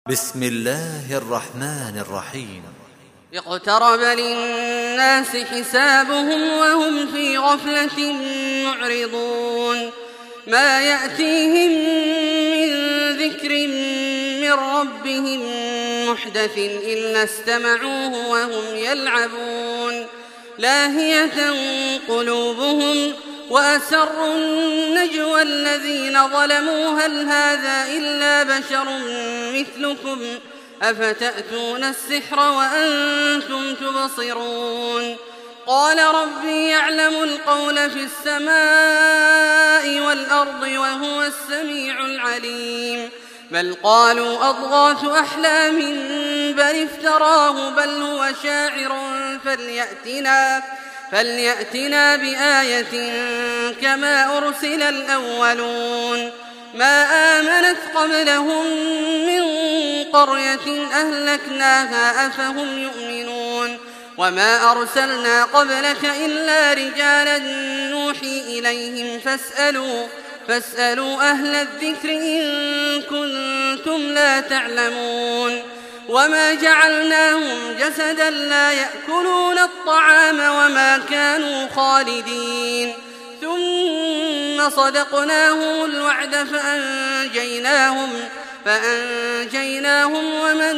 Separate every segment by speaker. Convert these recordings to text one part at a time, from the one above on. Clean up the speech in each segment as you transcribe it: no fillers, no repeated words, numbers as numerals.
Speaker 1: بسم الله الرحمن الرحيم.
Speaker 2: اقترب للناس حسابهم وهم في غفلة معرضون. ما يأتيهم من ذكر من ربهم محدث إلا استمعوه وهم يلعبون. لاهية قلوبهم وأسروا النجوى الذين ظلموا هل هذا إلا بشر مثلكم أفتأتون السحر وأنتم تبصرون. قال ربي يعلم القول في السماء والأرض وهو السميع العليم. بل قالوا أضغاث أحلام بل افتراه بل هو شاعر فليأتنا بآية كما أرسل الأولون. ما آمنت قبلهم من قرية أهلكناها أفهم يؤمنون. وما أرسلنا قبلك إلا رجالا نوحي إليهم فاسألوا أهل الذكر إن كنتم لا تعلمون. وما جعلناهم جسدا لا يأكلون الطعام وما كانوا خالدين. ثم صدقناهم الوعد فأنجيناهم ومن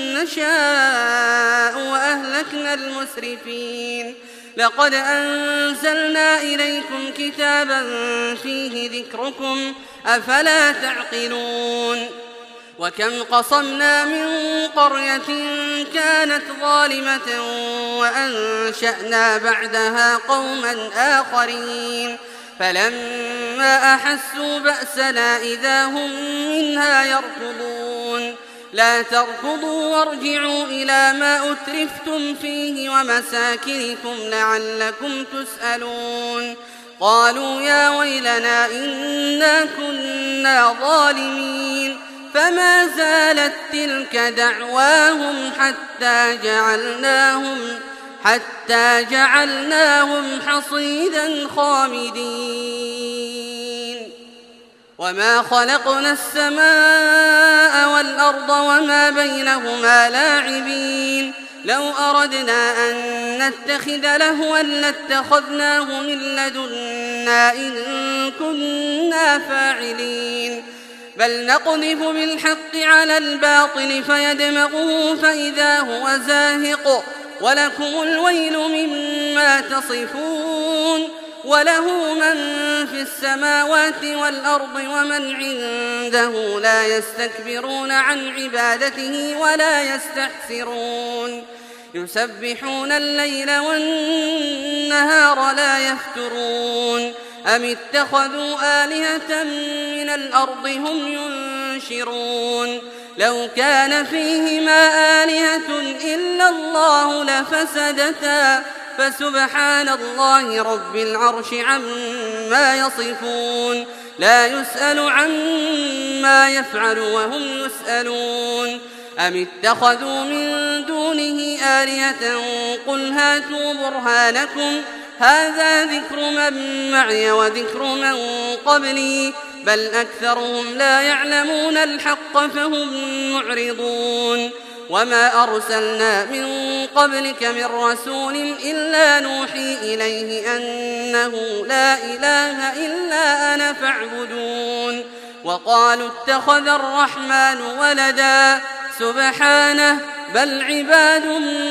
Speaker 2: نشاء وأهلكنا المسرفين. لقد أنزلنا إليكم كتابا فيه ذكركم أفلا تعقلون. وكم قصمنا من قرية كانت ظالمة وأنشأنا بعدها قوما آخرين. فلما أحسوا بأسنا إذا هم منها يركضون. لا تركضوا وارجعوا إلى ما أترفتم فيه ومساكنكم لعلكم تسألون. قالوا يا ويلنا إنا كنا ظالمين. فما زالت تلك دعواهم حتى جعلناهم حصيدا خامدين. وما خلقنا السماء والأرض وما بينهما لاعبين. لو أردنا أن نتخذ لهوا لاتخذناه من لدنا إن كنا فاعلين. بل نقذف بالحق على الباطل فيدمغه فإذا هو زاهق ولكم الويل مما تصفون. وله من في السماوات والأرض ومن عنده لا يستكبرون عن عبادته ولا يستحسرون. يسبحون الليل والنهار لا يفترون. أم اتخذوا آلهة من الأرض هم ينشرون. لو كان فيهما آلهة إلا الله لفسدتا فسبحان الله رب العرش عما يصفون. لا يسأل عما يفعل وهم يسألون. أم اتخذوا من دونه آلهة قل هاتوا برهانكم هذا ذكر من معي وذكر من قبلي بل أكثرهم لا يعلمون الحق فهم معرضون. وما أرسلنا من قبلك من رسول إلا نوحي إليه أنه لا إله إلا أنا فاعبدون. وقالوا اتخذ الرحمن ولدا سبحانه بل عباد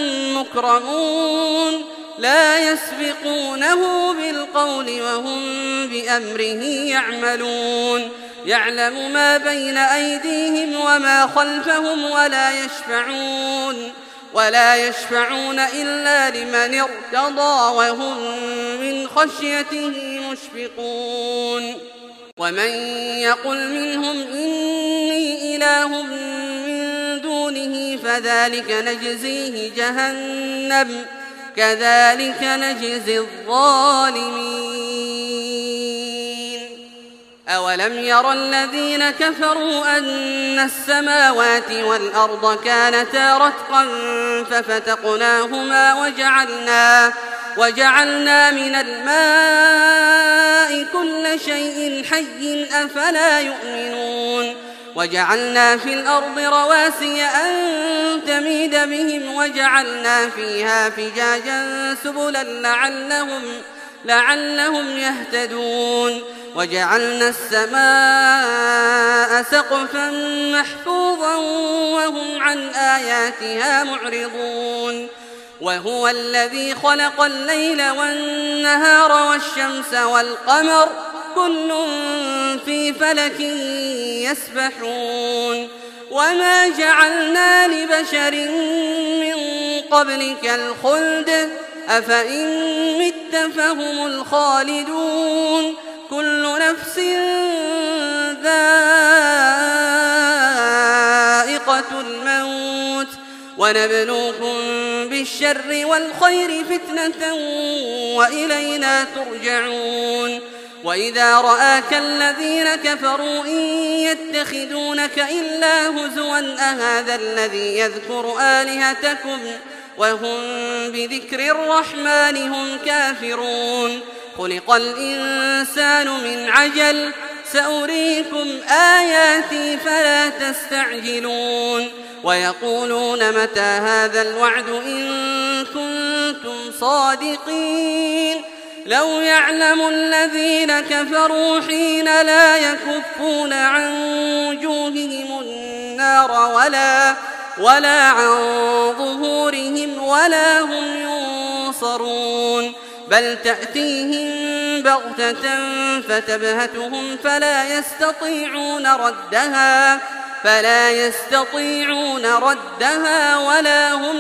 Speaker 2: مكرمون لا يسبقونه بالقول وهم بأمره يعملون. يعلم ما بين أيديهم وما خلفهم ولا يشفعون إلا لمن ارتضى وهم من خشيته مشفقون. ومن يقل منهم إني إله من دونه فذلك نجزيه جهنم كذلك نجزي الظالمين. أولم ير الذين كفروا أن السماوات والأرض كانتا رتقا ففتقناهما وجعلنا من الماء كل شيء حي أفلا يؤمنون. وجعلنا في الأرض رواسي أن تميد بهم وجعلنا فيها فجاجا سبلا لعلهم يهتدون وجعلنا السماء سقفا محفوظا وهم عن آياتها معرضون وهو الذي خلق الليل والنهار والشمس والقمر كل في فلك يسبحون وما جعلنا لبشر من قبلك الخلد أفإن مت فهم الخالدون كل نفس ذائقة الموت ونبلوكم بالشر والخير فتنة وإلينا ترجعون وإذا رآك الذين كفروا إن يتخذونك إلا هزوا أهذا الذي يذكر آلهتكم وهم بذكر الرحمن هم كافرون خلق الإنسان من عجل سأريكم آياتي فلا تستعجلون ويقولون متى هذا الوعد إن كنتم صادقين لو يعلم الذين كفروا حين لا يكفون عن وجوههم النار ولا عن ظهورهم ولا هم ينصرون بل تأتيهم بغتة فتبهتهم فلا يستطيعون ردها ولا هم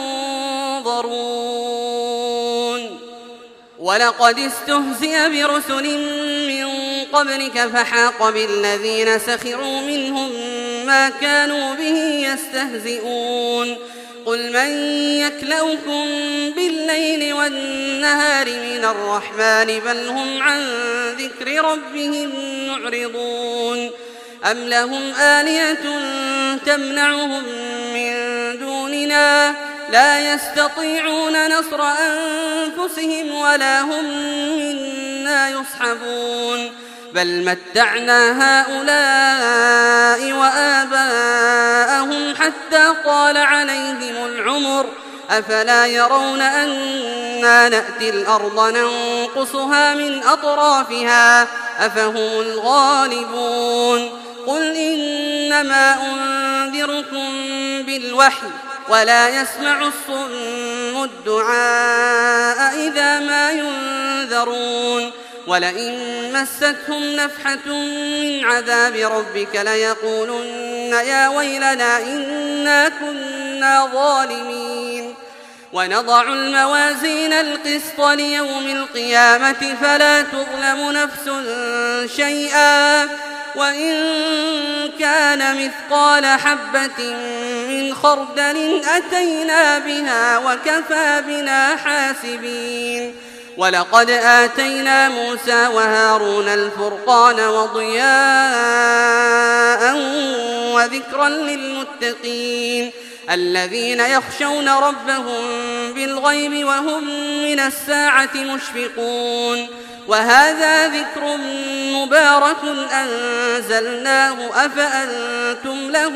Speaker 2: ينظرون ولقد استهزئ برسل من قبلك فحاق بالذين سخروا منهم ما كانوا به يستهزئون قل من يكلؤكم بالليل والنهار من الرحمن بل هم عن ذكر ربهم معرضون أم لهم آلهة تمنعهم من دوننا لا يستطيعون نصر أنفسهم ولا هم منا يصحبون بل متعنا هؤلاء وآباءهم حتى طال عليهم العمر أفلا يرون أنا نأتي الأرض ننقصها من أطرافها أفهم الغالبون قل إنما أنذركم بالوحي ولا يسمع الصم الدعاء إذا ما ينذرون ولئن مستهم نفحة من عذاب ربك ليقولن يا ويلنا إنا كنا ظالمين ونضع الموازين القسط ليوم القيامة فلا تظلم نفس شيئا وإن كان مثقال حبة من خردل أتينا بها وكفى بنا حاسبين ولقد آتينا موسى وهارون الفرقان وضياء وذكرا للمتقين الذين يخشون ربهم بالغيب وهم من الساعة مشفقون وهذا ذكر مبارك أنزلناه أفأنتم له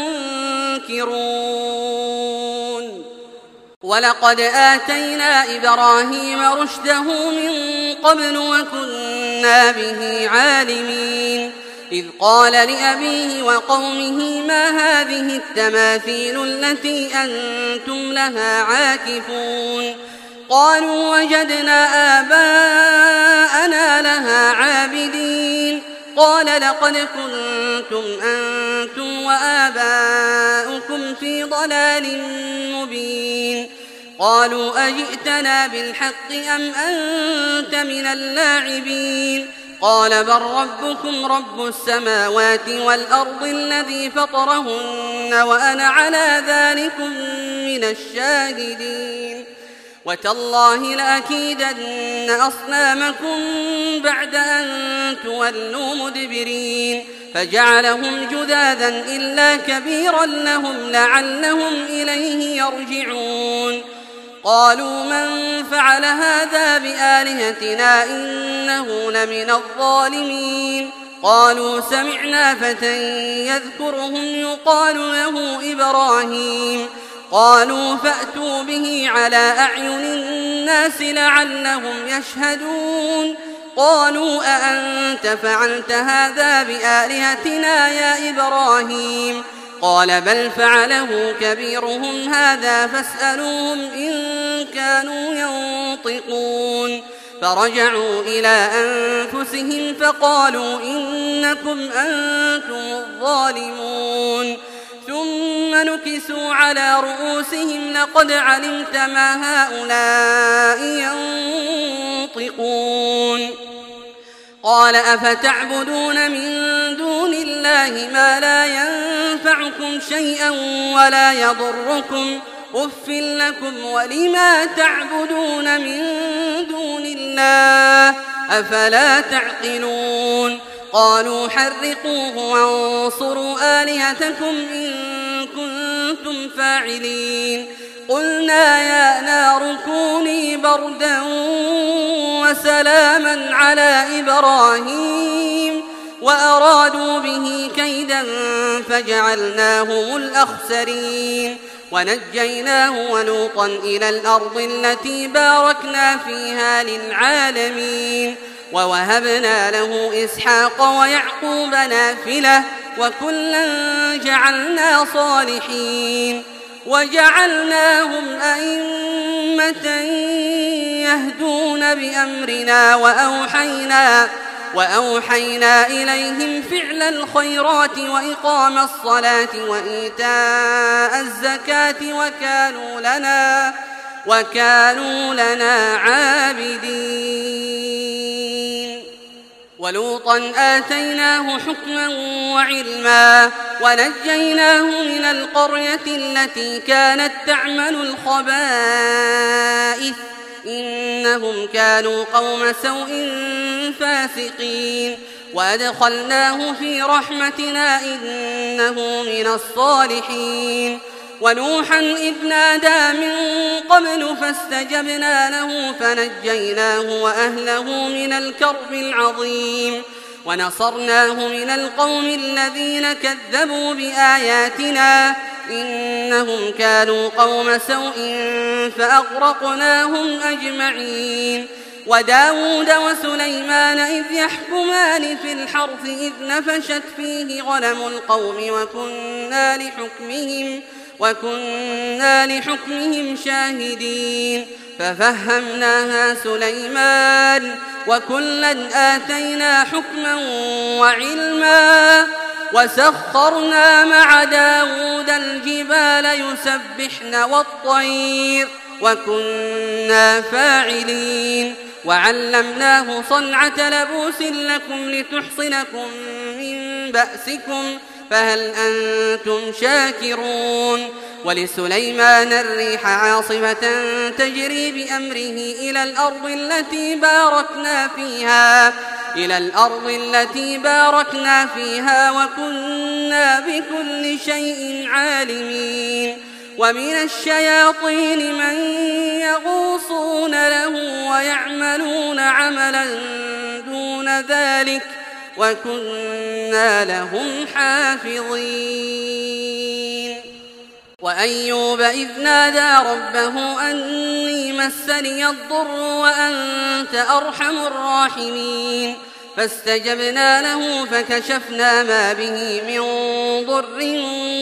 Speaker 2: منكرون ولقد آتينا إبراهيم رشده من قبل وكنا به عالمين إذ قال لأبيه وقومه ما هذه التماثيل التي أنتم لها عاكفون قالوا وجدنا آباءنا لها عابدين قال لقد كنتم أنتم وآباؤكم في ضلال مبين قالوا أجئتنا بالحق أم أنت من اللاعبين قال بل ربكم رب السماوات والأرض الذي فطرهن وأنا على ذلكم من الشاهدين وتالله لأكيدن أصنامكم بعد أن تولوا مدبرين فجعلهم جذاذا إلا كبيرا لهم لعلهم إليه يرجعون قالوا من فعل هذا بآلهتنا إنه لمن الظالمين قالوا سمعنا فتى يذكرهم يقال له إبراهيم قالوا فأتوا به على أعين الناس لعلهم يشهدون قالوا أأنت فعلت هذا بآلهتنا يا إبراهيم قال بل فعله كبيرهم هذا فاسألوهم إن كانوا ينطقون فرجعوا إلى أنفسهم فقالوا إنكم أنتم الظالمون ثم نكسوا على رؤوسهم لقد علمت ما هؤلاء ينطقون قال أفتعبدون من دون الله ما لا ينفعكم شيئا ولا يضركم أف لكم ولما تعبدون من دون الله أفلا تعقلون قالوا حرقوه وانصروا آلهتكم إن كنتم فاعلين قلنا يا نار كوني بردا وسلاما على إبراهيم وأرادوا به كيدا فجعلناهم الأخسرين ونجيناه ولوطا إلى الأرض التي باركنا فيها للعالمين ووهبنا له إسحاق ويعقوب نافلة وكلا جعلنا صالحين وجعلناهم أئمة يهدون بأمرنا وأوحينا إليهم فعل الخيرات وإقام الصلاة وإيتاء الزكاة وكانوا لنا عابدين ولوطا آتيناه حكما وعلما ونجيناه من القرية التي كانت تعمل الخبائث إنهم كانوا قوم سوء فاسقين وأدخلناه في رحمتنا إنه من الصالحين ونوحا إذ نادى من قبل فاستجبنا له فنجيناه وأهله من الكرب العظيم ونصرناه من القوم الذين كذبوا بآياتنا إنهم كانوا قوم سوء فأغرقناهم أجمعين وداود وسليمان إذ يحكمان في الحرث إذ نفشت فيه غنم القوم وكنا لحكمهم شاهدين ففهمناها سليمان وكلا آتينا حكما وعلما وسخرنا مع داود الجبال يسبحن والطير وكنا فاعلين وعلمناه صنعة لبوس لكم لتحصنكم من بأسكم فهل أنتم شاكرون ولسليمان الريح عاصفة تجري بأمره إلى الأرض التي باركنا فيها وكنا بكل شيء عالمين ومن الشياطين من يغوصون له ويعملون عملا دون ذلك وكنا لهم حافظين وأيوب إذ نادى ربه أني مسني الضر وأنت أرحم الراحمين فاستجبنا له فكشفنا ما به من ضر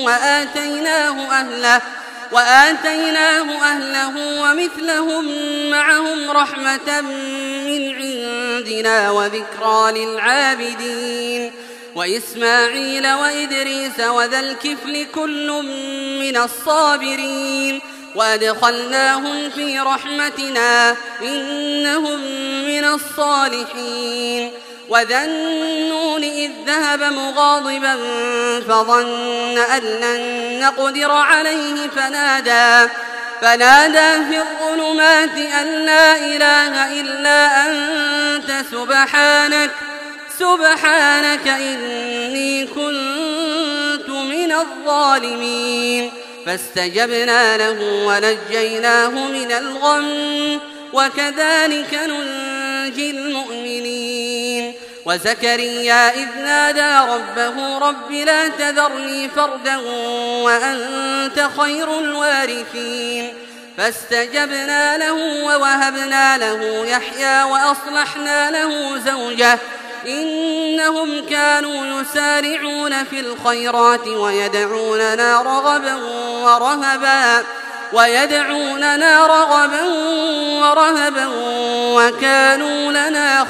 Speaker 2: وآتيناه أهله ومثلهم معهم رحمة من عندنا وذكرى للعابدين وإسماعيل وإدريس وذا الكفل كل من الصابرين وأدخلناهم في رحمتنا إنهم من الصالحين وذا النون إذ ذهب مغاضبا فظن أن لن نقدر عليه فنادى في الظلمات أن لا إله إلا أنت سبحانك إني كنت من الظالمين فاستجبنا له ونجيناه من الغم وكذلك ننجي المؤمنين وزكريا إذ نادى ربه رب لا تذرني فردا وأنت خير الوارثين فاستجبنا له ووهبنا له يحيى وأصلحنا له زوجه إنهم كانوا يسارعون في الخيرات ويدعوننا رغبا ورهبا وكانوا لنا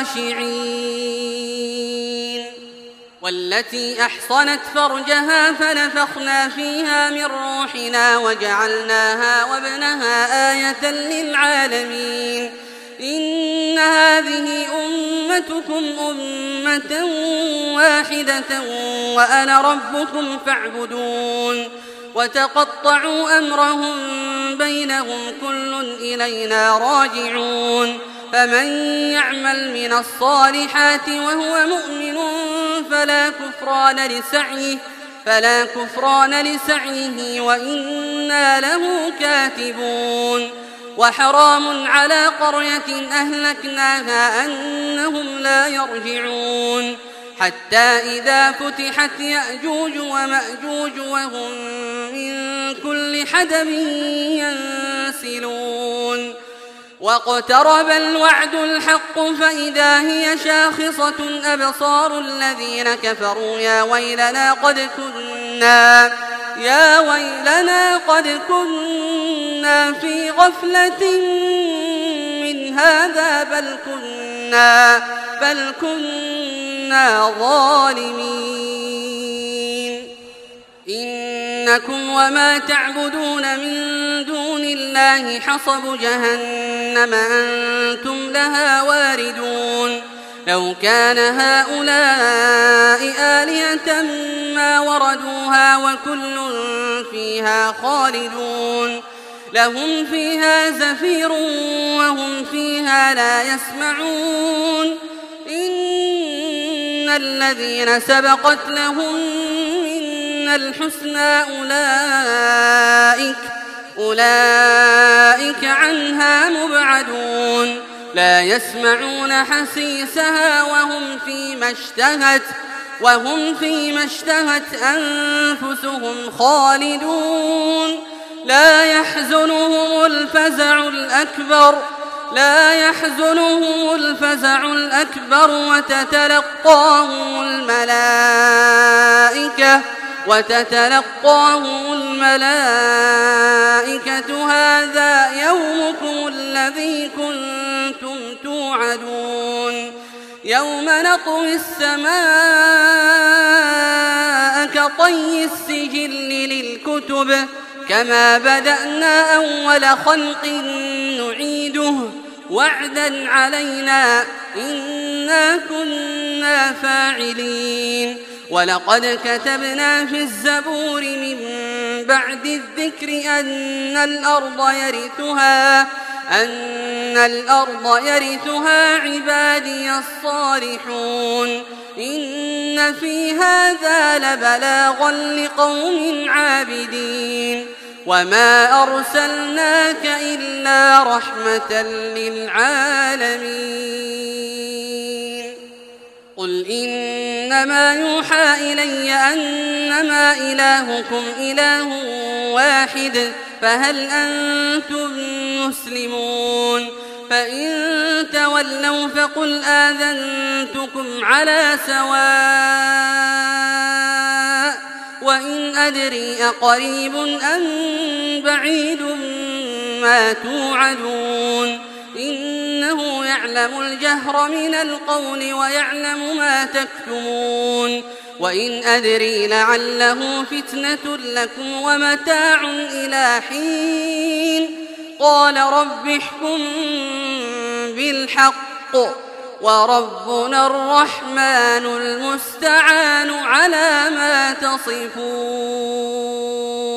Speaker 2: خاشعين والتي أحصنت فرجها فنفخنا فيها من روحنا وجعلناها وابنها آية للعالمين إن هذه أمتكم أمة واحدة وأنا ربكم فاعبدون وتقطعوا أمرهم بينهم كل إلينا راجعون فمن يعمل من الصالحات وهو مؤمن فلا كفران لسعيه وإنا له كاتبون وحرام على قرية أهلكناها أنهم لا يرجعون حتى إذا فتحت يأجوج ومأجوج وهم من كل حدب ينسلون واقترب الوعد الحق فإذا هي شاخصة أبصار الذين كفروا يا ويلنا قد كنا في غفلة من هذا بل كنا ظالمين إنكم وما تعبدون من دون الله حصب جهنم أنتم لها واردون لو كان هؤلاء آلهة ما وردوها وكل فيها خالدون لهم فيها زفير وهم فيها لا يسمعون إن الذين سبقت لهم منا الحسنى أولئك عنها مبعدون لا يسمعون حسيسها وهم فيما اشتهت أنفسهم خالدون لا يحزنهم الفزع الأكبر وتتلقاهم الملائكة هذا يومكم الذي كنتم توعدون يوم نطوي السماء كطي السجل للكتب كما بدأنا أول خلق نعيده وعدا علينا إنا كنا فاعلين ولقد كتبنا في الزبور من بعد الذكر أن الأرض يرثها عبادي الصالحون إن في هذا لبلاغا لقوم عابدين وما أرسلناك إلا رحمة للعالمين قل إنما يوحى إلي أنما إلهكم إله واحد فهل أنتم مسلمون فإن تولوا فقل آذنتكم على سواء وإن أدري أقريب أم بعيد ما توعدون إنه يعلم الجهر من القول ويعلم ما تكتمون وإن أدري لعله فتنة لكم ومتاع إلى حين قال رب احكم بالحق وربنا الرحمن المستعان على ما تصفون.